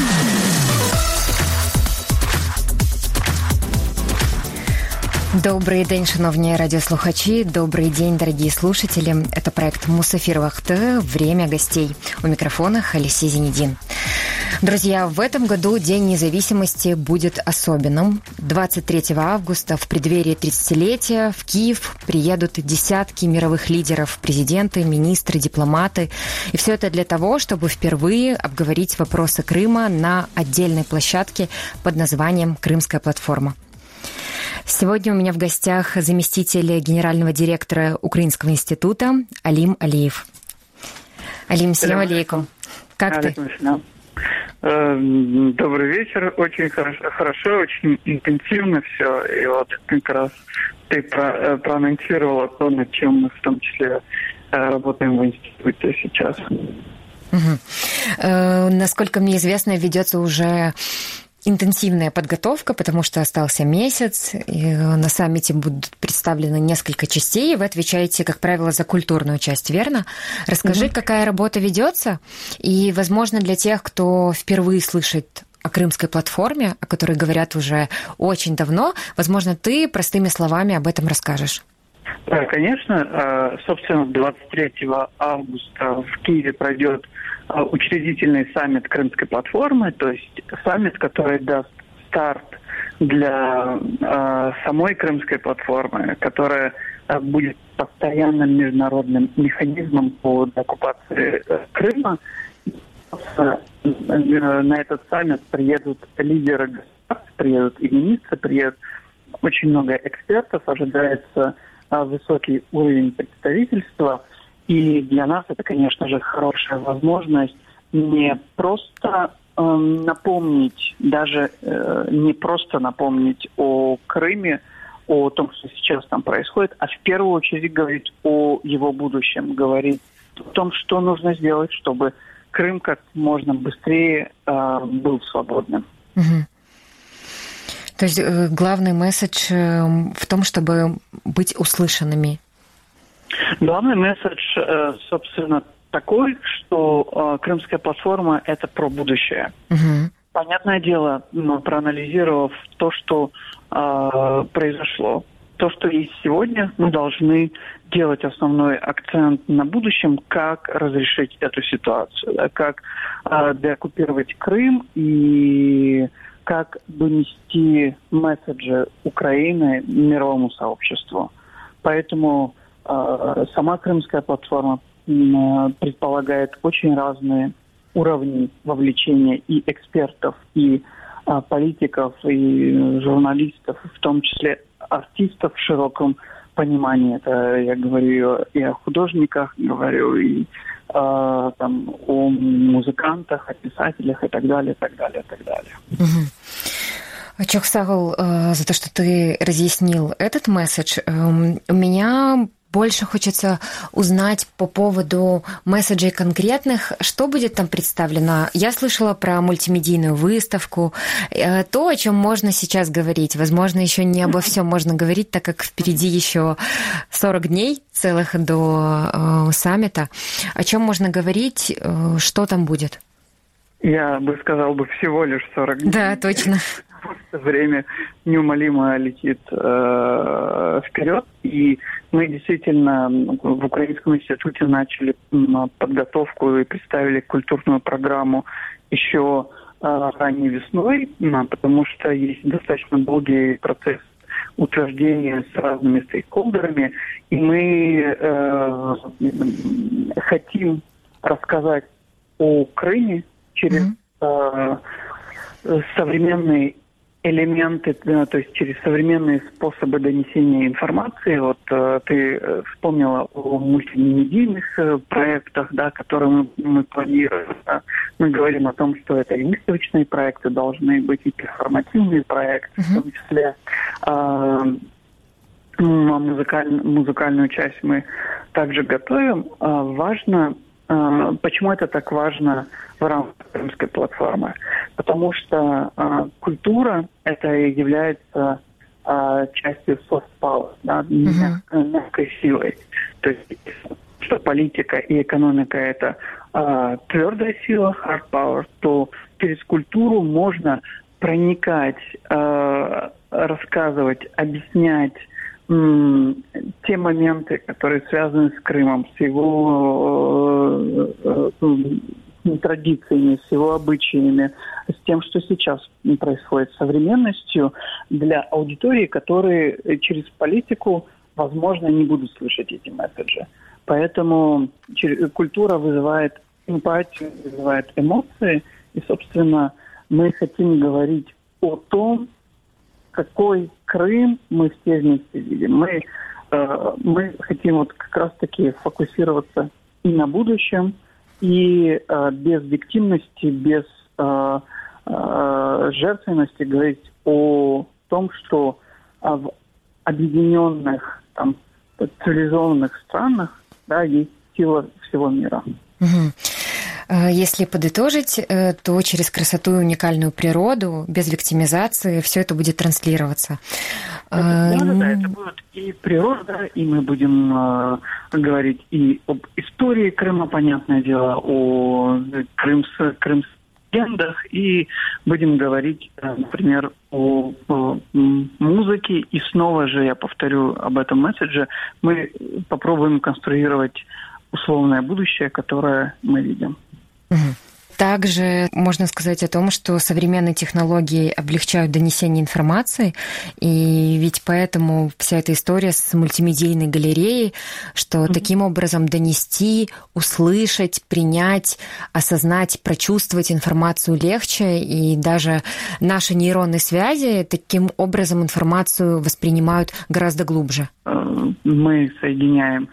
Добрий день, шановні радиослухачи. Добрый день, дорогие слушатели. Это проект Мусафир Вахты «Время гостей». У микрофона Халиси Зенедин. Друзья, в этом году День независимости будет особенным. 23 августа в преддверии 30-летия в Киев приедут десятки мировых лидеров, президенты, министры, дипломаты. И все это для того, чтобы впервые обговорить вопросы Крыма на отдельной площадке под названием «Крымская платформа». Сегодня у меня в гостях заместитель генерального директора Украинского института Алим Алиев. Алим, салям алейкум. Как ты? Добрый вечер. Очень хорошо, очень интенсивно все. И вот как раз ты проанонсировала то, над чем мы в том числе работаем в институте сейчас. Насколько мне известно, ведется уже интенсивная подготовка, потому что остался месяц, и на саммите будут представлены несколько частей, и вы отвечаете, как правило, за культурную часть, верно? Расскажи, какая работа ведется, и, возможно, для тех, кто впервые слышит о Крымской платформе, о которой говорят уже очень давно, возможно, ты простыми словами об этом расскажешь. Да, конечно. Собственно, 23 августа в Киеве пройдет учредительный саммит Крымской платформы, то есть саммит, который даст старт для самой Крымской платформы, которая будет постоянным международным механизмом по оккупации Крыма. На этот саммит приедут лидеры государств, приедут и министры, приедут очень много экспертов, ожидается высокий уровень представительства. И для нас это, конечно же, хорошая возможность не просто напомнить, даже не просто напомнить о Крыме, о том, что сейчас там происходит, а в первую очередь говорить о его будущем, говорить о том, что нужно сделать, чтобы Крым как можно быстрее был свободным. Угу. То есть главный месседж в том, чтобы быть услышанными. Главный месседж, собственно, такой, что Крымская платформа – это про будущее. Понятное дело, проанализировав то, что произошло, то, что есть сегодня, мы должны делать основной акцент на будущем, как разрешить эту ситуацию, да, как деоккупировать Крым и как донести месседжи Украины мировому сообществу. Поэтому сама Крымская платформа предполагает очень разные уровни вовлечения и экспертов, и политиков, и журналистов, в том числе артистов в широком понимании. Это я говорю и о художниках, говорю и о музыкантах, о писателях и так далее, так далее, так далее. Чох Сагал, за то, что ты разъяснил этот месседж. У меня больше хочется узнать по поводу месседжей конкретных, что будет там представлено. Я слышала про мультимедийную выставку, то, о чем можно сейчас говорить. Возможно, еще не обо всем можно говорить, так как впереди еще 40 дней целых до саммита. О чем можно говорить, что там будет? Я бы сказал всего лишь 40 дней. Да, точно. Время неумолимо летит вперед, и мы действительно в Украинском институте начали подготовку и представили культурную программу еще ранней весной, потому что есть достаточно долгий процесс утверждения с разными стейкхолдерами, и мы хотим рассказать о Крыме через современные элементы, то есть через современные способы донесения информации. Вот ты вспомнила о мультимедийных проектах, да, которые мы планируем. Да. Мы говорим о том, что это и выставочные проекты должны быть, и перформативные проекты, в том числе музыкальную часть мы также готовим. Важно, почему это так важно в рамках Крымской платформы? Потому что культура это является частью soft power, да, мягкой силой. То есть, что политика и экономика это твердая сила, hard power, то через культуру можно проникать, рассказывать, объяснять те моменты, которые связаны с Крымом, с его традициями, с его обычаями, с тем, что сейчас происходит, с современностью для аудитории, которые через политику, возможно, не будут слышать эти месседжи. Поэтому культура вызывает эмпатию, вызывает эмоции, и, собственно, мы хотим говорить о том, какой Крым мы все вместе видим. Мы хотим вот как раз-таки фокусироваться и на будущем, и без виктимности, без жертвенности говорить о том, что в объединенных, цивилизованных странах, да, есть сила всего мира. Угу. Если подытожить, то через красоту и уникальную природу, без виктимизации, все это будет транслироваться. Да, это будет и природа, и мы будем говорить и об истории Крыма, понятное дело, о крымских легендах, и будем говорить, например, о музыке. И снова же, я повторю об этом месседже, мы попробуем конструировать условное будущее, которое мы видим. Также можно сказать о том, что современные технологии облегчают донесение информации, и ведь поэтому вся эта история с мультимедийной галереей, что таким образом донести, услышать, принять, осознать, прочувствовать информацию легче, и даже наши нейронные связи таким образом информацию воспринимают гораздо глубже. Мы соединяем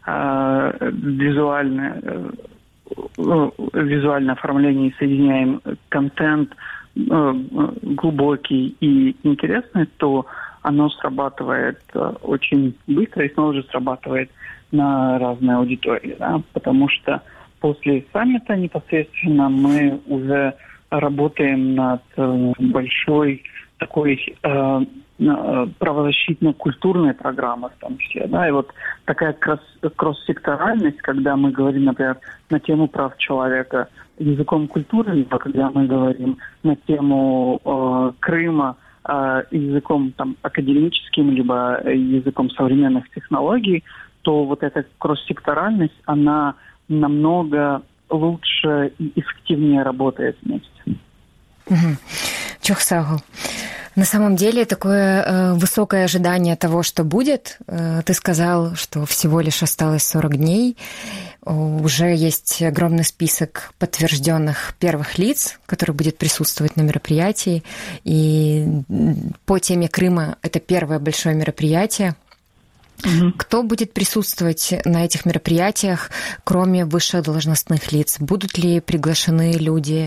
визуальное оформление и соединяем контент глубокий и интересный, то оно срабатывает очень быстро и снова же срабатывает на разные аудитории. Да? Потому что после саммита непосредственно мы уже работаем над большой такой правозащитно-культурной программы в том числе. Да? И вот такая кросс-секторальность, когда мы говорим, например, на тему прав человека языком культуры, либо когда мы говорим на тему Крыма языком академическим, либо языком современных технологий, то вот эта кросс-секторальность, она намного лучше и эффективнее работает вместе. Чохсагл. На самом деле такое высокое ожидание того, что будет. Ты сказал, что всего лишь осталось 40 дней. Уже есть огромный список подтвержденных первых лиц, которые будут присутствовать на мероприятии. И по теме Крыма это первое большое мероприятие. Кто будет присутствовать на этих мероприятиях, кроме высших должностных лиц? Будут ли приглашены люди?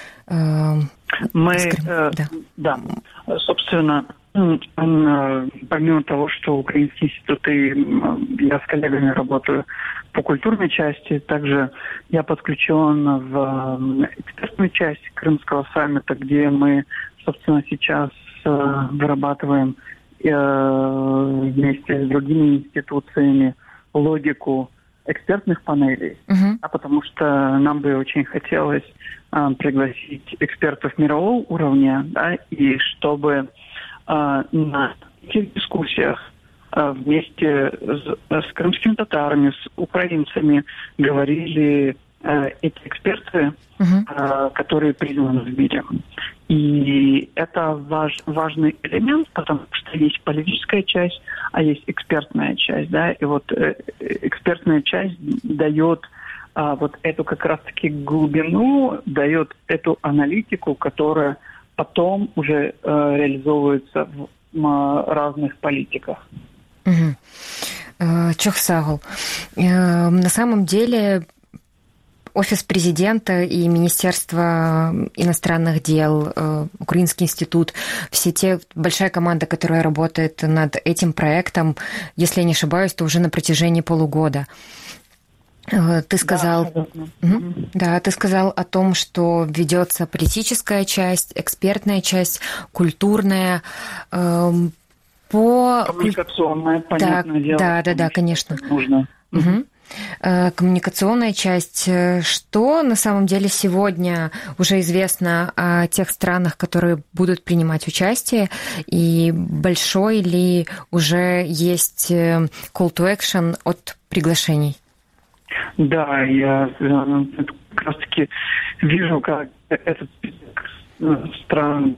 Собственно, помимо того, что Украинский институт и я с коллегами работаю по культурной части, также я подключен в экспертную часть Крымского саммита, где мы, собственно, сейчас вырабатываем вместе с другими институциями логику экспертных панелей, потому что нам бы очень хотелось пригласить экспертов мирового уровня, да, и чтобы на этих дискуссиях вместе с крымскими татарами, с украинцами говорили эти эксперты, которые признаны в мире. И это важный элемент, потому что есть политическая часть, а есть экспертная часть, да, и вот экспертная часть дает вот эту как раз-таки глубину, дает эту аналитику, которая потом уже реализовывается в разных политиках. Чохсагл. На самом деле Офис президента и Министерство иностранных дел, Украинский институт, большая команда, которая работает над этим проектом, если я не ошибаюсь, то уже на протяжении полугода. Ты сказал, ты сказал о том, что ведется политическая часть, экспертная часть, культурная, коммуникационная, понятное дело. Да, конечно. Нужно. Коммуникационная часть. Что на самом деле сегодня уже известно о тех странах, которые будут принимать участие, и большой ли уже есть call to action от приглашений? Да, я как раз-таки вижу, как этот список стран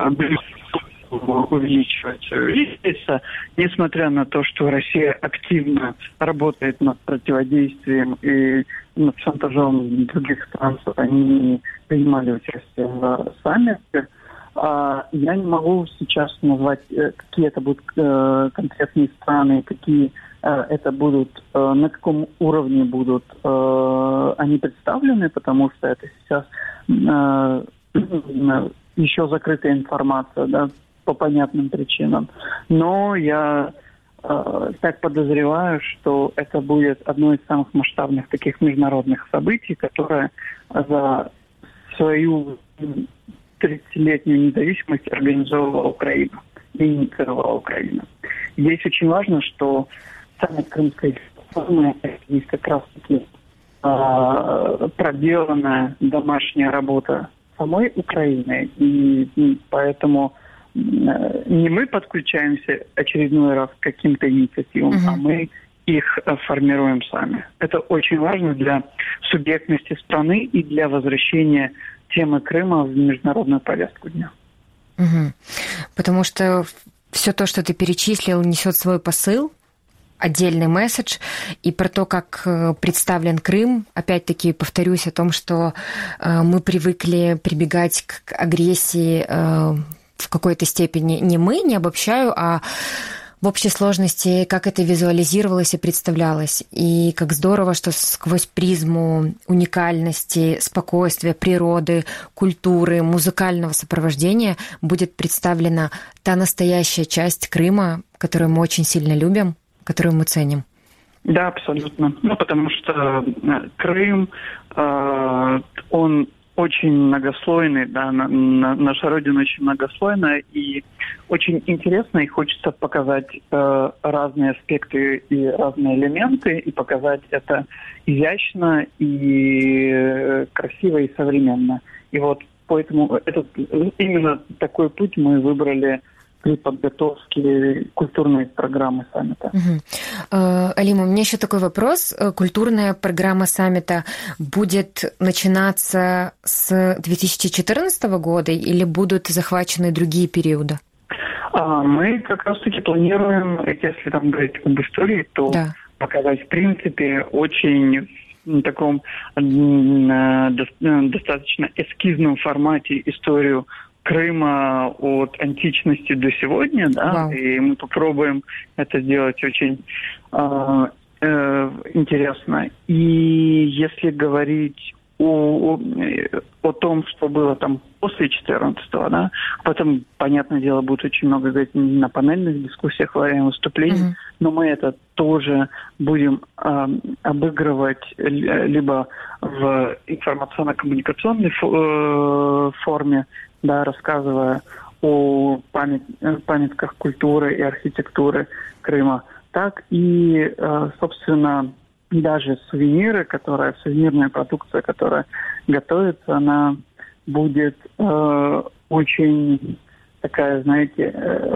увеличивается, несмотря на то, что Россия активно работает над противодействием и над шантажом других стран, чтобы они не принимали участие в саммите. Я не могу сейчас назвать, какие это будут конкретные страны, какие это будут, на каком уровне будут они представлены, потому что это сейчас еще закрытая информация, да, по понятным причинам. Но я так подозреваю, что это будет одно из самых масштабных таких международных событий, которое за свою 30-летнюю независимость организовывала Украина и инициировала Украина. Здесь очень важно, что саммит Крымской платформы есть как раз-таки проделанная домашняя работа самой Украины, и поэтому не мы подключаемся очередной раз к каким-то инициативам, а мы их формируем сами. Это очень важно для субъектности страны и для возвращения темы Крыма в международную повестку дня. Потому что все то, что ты перечислил, несет свой посыл, отдельный месседж, и про то, как представлен Крым. Опять-таки повторюсь о том, что мы привыкли прибегать к агрессии в какой-то степени. Не мы, не обобщаю, а в общей сложности, как это визуализировалось и представлялось. И как здорово, что сквозь призму уникальности, спокойствия, природы, культуры, музыкального сопровождения будет представлена та настоящая часть Крыма, которую мы очень сильно любим, которую мы ценим. Да, абсолютно. Потому что Крым, он очень многослойный, да, наша Родина очень многослойная, и очень интересно, и хочется показать разные аспекты и разные элементы, и показать это изящно, и красиво, и современно. И вот поэтому именно такой путь мы выбрали при подготовке культурной программы саммита. Алима, у меня еще такой вопрос. Культурная программа саммита будет начинаться с 2014 года или будут захвачены другие периоды? Мы как раз-таки планируем, если там говорить об истории, то показать, в принципе, очень в таком достаточно эскизном формате историю Крыма от античности до сегодня, да, и мы попробуем это сделать очень интересно. И если говорить о том, что было там после 14-го, да, потом, понятное дело, будет очень много говорить на панельных дискуссиях во время выступлений, но мы это тоже будем обыгрывать либо в информационно-коммуникационной форме, да, рассказывая о памятках культуры и архитектуры Крыма, так и, собственно, даже сувенирная продукция, которая готовится, она будет очень такая, знаете,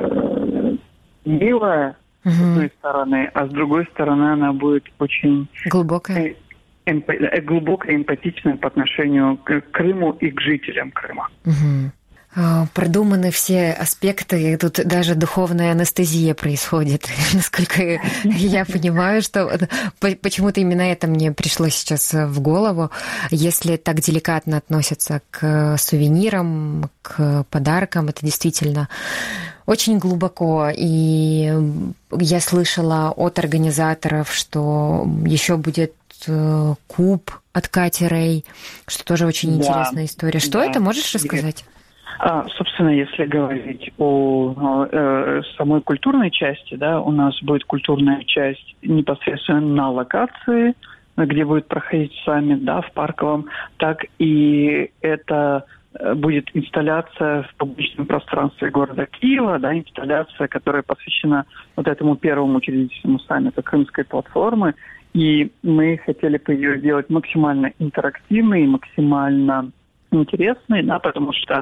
милая с одной стороны, а с другой стороны она будет очень глубокая и эмпатичная по отношению к Крыму и к жителям Крыма. Продуманы все аспекты, тут даже духовная анестезия происходит, насколько я понимаю, что почему-то именно это мне пришло сейчас в голову. Если так деликатно относятся к сувенирам, к подаркам, это действительно очень глубоко. И я слышала от организаторов, что еще будет куб от Кати Рей, что тоже очень интересная история. Что это? Можешь рассказать? Собственно, если говорить о самой культурной части, да, у нас будет культурная часть непосредственно на локации, где будет проходить саммит, да, в Парковом, так и это будет инсталляция в публичном пространстве города Киева, да, инсталляция, которая посвящена вот этому первому учредительному саммиту Крымской платформы. И мы хотели бы ее сделать максимально интерактивной, максимально интересной, да, потому что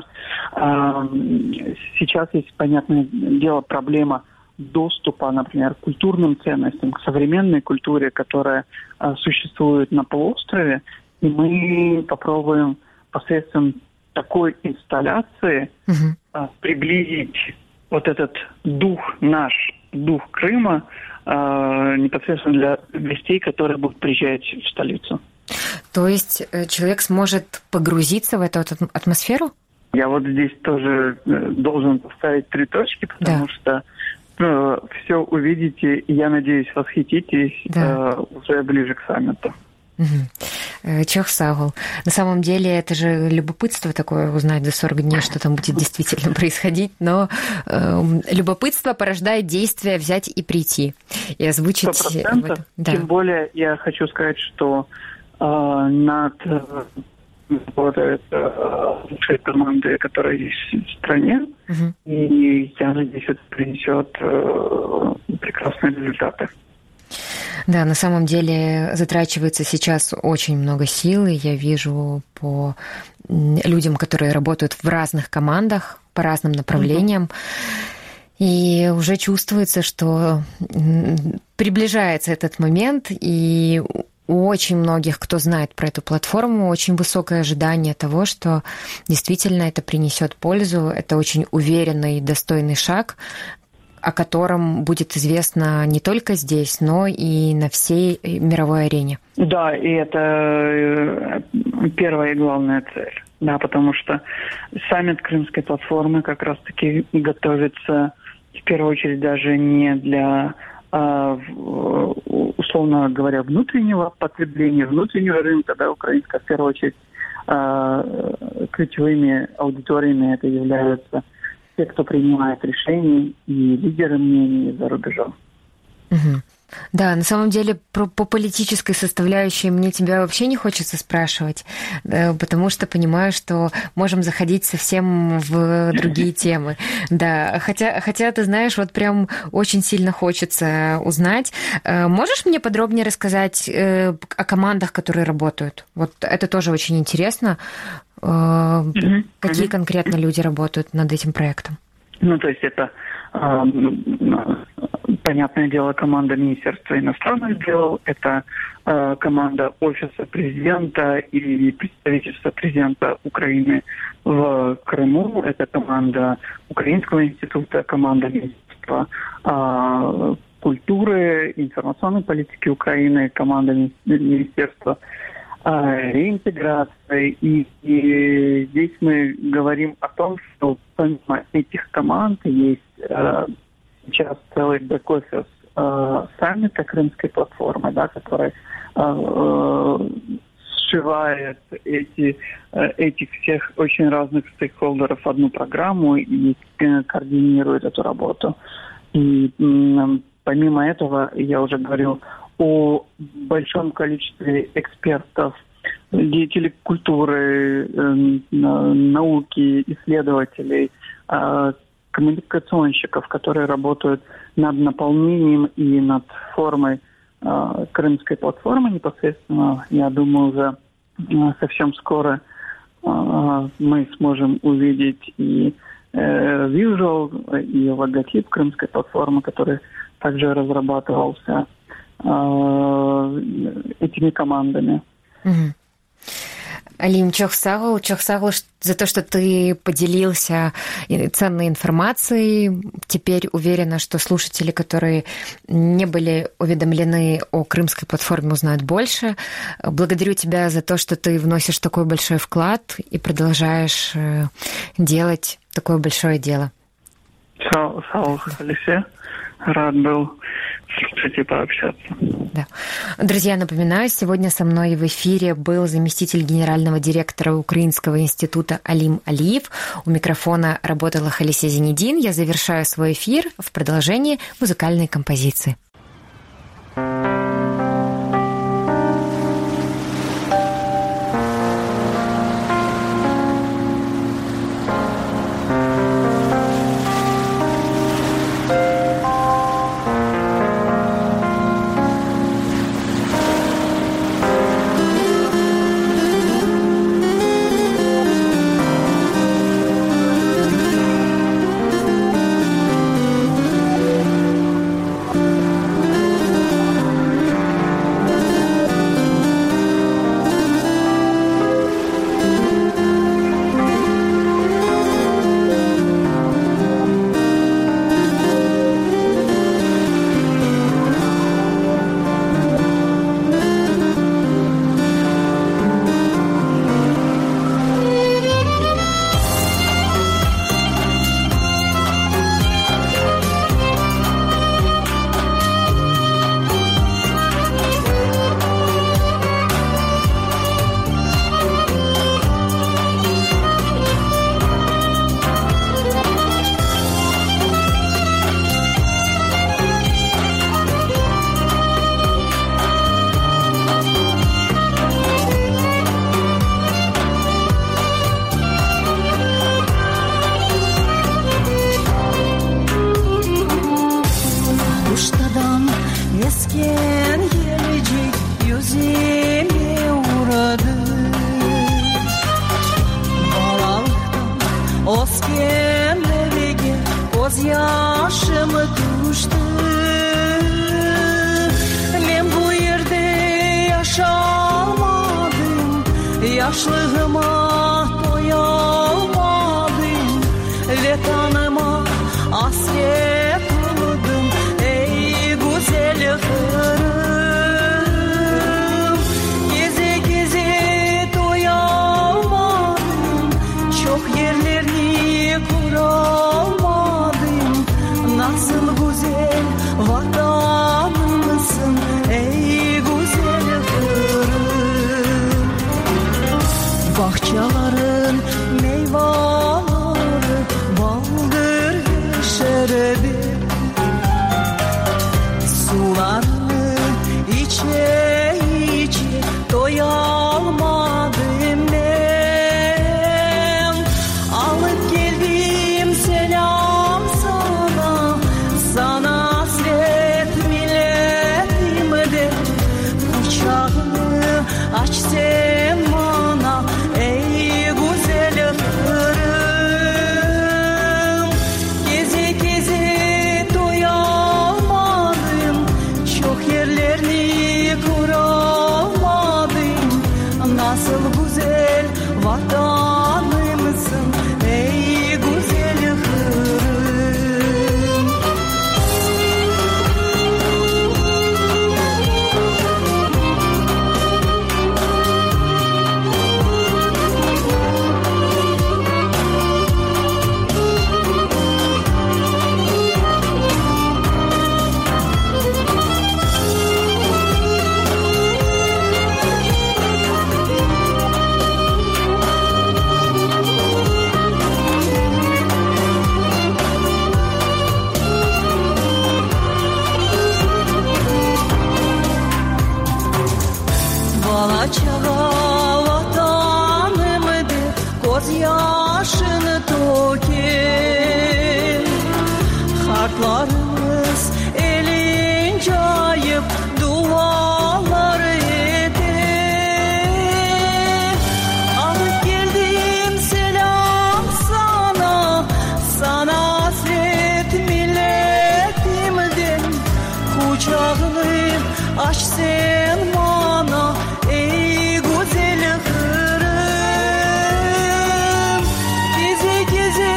сейчас есть, понятное дело, проблема доступа, например, к культурным ценностям, к современной культуре, которая существует на полуострове. И мы попробуем посредством такой инсталляции приблизить вот этот дух наш, дух Крыма, непосредственно для гостей, которые будут приезжать в столицу. То есть человек сможет погрузиться в эту атмосферу? Я вот здесь тоже должен поставить 3 точки, потому что все увидите, и, я надеюсь, восхититесь уже ближе к саммиту. Чох сагул. На самом деле, это же любопытство такое, узнать за 40 дней, что там будет действительно происходить, но любопытство порождает действие взять и прийти, и озвучить. 100%. Тем более, я хочу сказать, что над работает лучшие команды, которые есть в стране, и я надеюсь, это принесет прекрасные результаты. Да, на самом деле затрачивается сейчас очень много сил, и я вижу по людям, которые работают в разных командах, по разным направлениям, и уже чувствуется, что приближается этот момент, и у очень многих, кто знает про эту платформу, очень высокое ожидание того, что действительно это принесет пользу. Это очень уверенный и достойный шаг, о котором будет известно не только здесь, но и на всей мировой арене. Да, и это первая и главная цель. Да, потому что саммит Крымской платформы как раз-таки готовится в первую очередь даже не для, условно говоря, внутреннего потребления, внутреннего рынка, да, украинского, в первую очередь ключевыми аудиториями это являются те, кто принимает решения, и лидеры мнений за рубежом. Да, на самом деле по политической составляющей мне тебя вообще не хочется спрашивать, потому что понимаю, что можем заходить совсем в другие темы. Да, хотя ты знаешь, вот прям очень сильно хочется узнать. Можешь мне подробнее рассказать о командах, которые работают? Вот это тоже очень интересно. Какие конкретно люди работают над этим проектом? Ну, то есть это, понятное дело, команда Министерства иностранных дел, это команда Офиса президента и представительства президента Украины в Крыму, это команда Украинского института, команда Министерства культуры, информационной политики Украины, команда Министерства реинтеграции. И здесь мы говорим о том, что помимо этих команд есть сейчас целый бэк-офис саммита Крымской платформы, да, который сшивает этих всех очень разных стейкхолдеров в одну программу и координирует эту работу. И помимо этого, я уже говорил о большом количестве экспертов, деятелей культуры, науки, исследователей, коммуникационщиков, которые работают над наполнением и над формой Крымской платформы непосредственно. Я думаю, уже совсем скоро мы сможем увидеть и визуал, и логотип Крымской платформы, который также разрабатывался этими командами. Алим, чох сагул за то, что ты поделился ценной информацией. Теперь уверена, что слушатели, которые не были уведомлены о Крымской платформе, узнают больше. Благодарю тебя за то, что ты вносишь такой большой вклад и продолжаешь делать такое большое дело. Сау, Алексей. Рад был слушать и пообщаться. Да. Друзья, напоминаю, сегодня со мной в эфире был заместитель генерального директора Украинского института Алим Алиев. У микрофона работала Халисе Зенедин. Я завершаю свой эфир в продолжении музыкальной композиции. Oskenleriga ko'z yoshim tushdi. Men bu yerda yasholmadim, yoshlig'ima to'yolmadim, vatanima hasret qildim, ey go'zal Qrim. Geze to'yolmadim, çok yerlerini ko'rolmadim. Nasıl güzel vatanımsın, ey güzel Qrim. Bahçelerin meyveleri baldır şerebi, sularını içe içe doyalmadım ben. Alıp geldim selam sana, sana hasret milletimde. Bıçağını aç sen bana, ey güzel Qrim. Geze geze doyalmadım, çok yerlerini ko'rolmadim. Nasıl güzel vatanımsın, ey güzel Qrim. Bala çağa vatanımdı, koz yaşını token. Hartlarımız elince ayıp dualar eder. Alıp geldim selam sana, sana hasret milletimden. Kucağını aç sen bana, ey güzel Qrim. Geze geze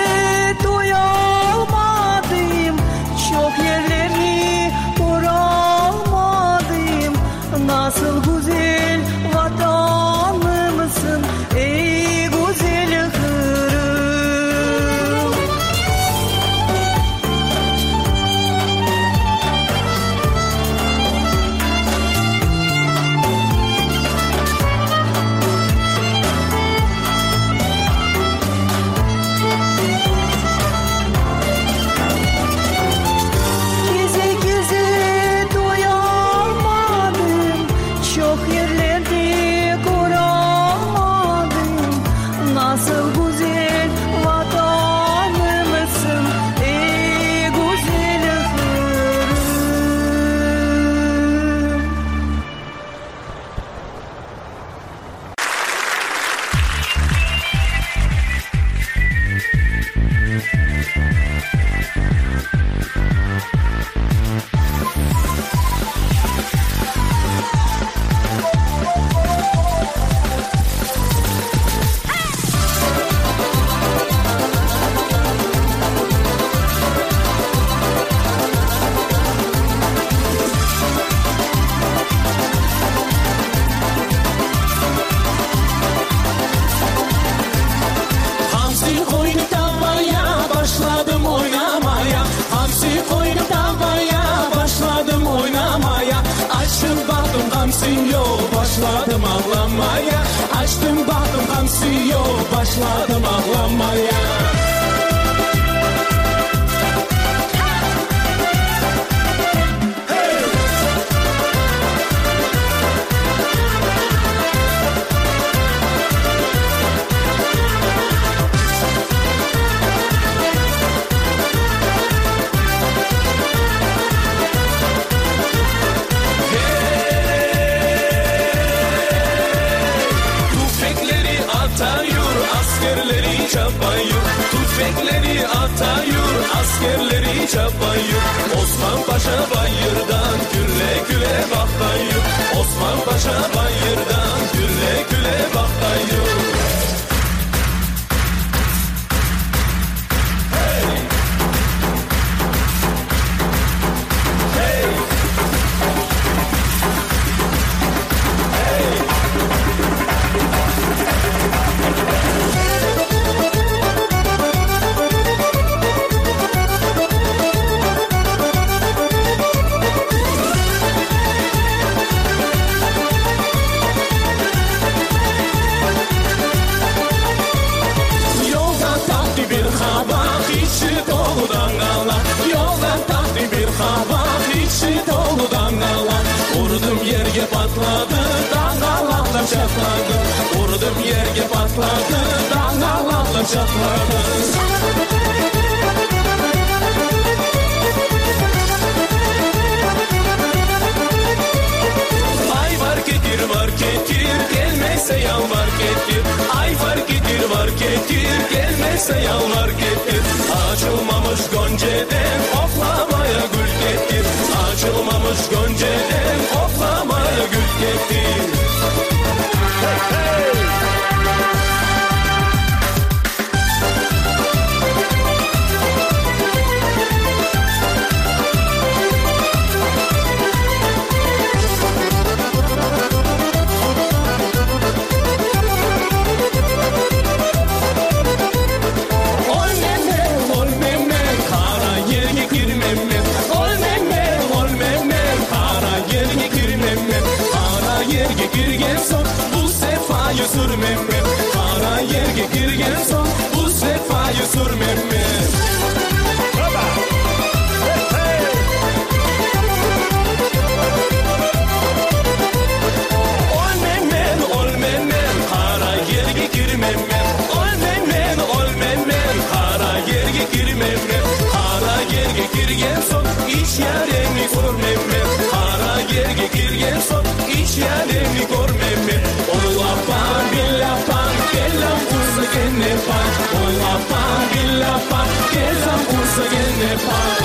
doyalmadım, çok yerlerini ko'rolmadim. Nasıl güzel vatanımsın, ey güzel Qrim. Geze geze doyalmadım, çok yerlerde ko'rolmadim. Nasıl güzel vatanımsın, ey güzel Qrim. Hamsi koydu tavaya, başladım oynamaya. Hamsi koydu tavaya, başladım oynamaya. Açtım baktım hamsi yok, başladım ağlamaya. Açtım baktım hamsi yok, başladım ağlamaya. Tüfekleri atıyor, askerleri çapayıyor. tüfekleri atayır, askerleri çapayır. Osman Paşa bayırdan güle güle bakayır. Osman Paşa bayırdan güle güle bakayır. Patladı, dağlarla çatladı. Vurdum yerge patladı, dağlarla çatladı. Ay var getir, gelmezse yalvar getir. Ay var getir, gelmezse yalvar getir. Açılmamış gonceden oklamaya gül getir. Açılmamış gonceden oklamaya gül getir. Hey hey! Girgen son bu sefayı sürmem. Kara yerge girgen son bu sefayı sürmem. Olmem kara yerge girmem. Olmem kara yerge girmem. Kara yerge girgen son iş yerimi sürmem. Kara yerge girgen son iş yerimi görmem. Olapan billapan kellam kursa gene pan. Olapan billapan kellam kursa gene pan.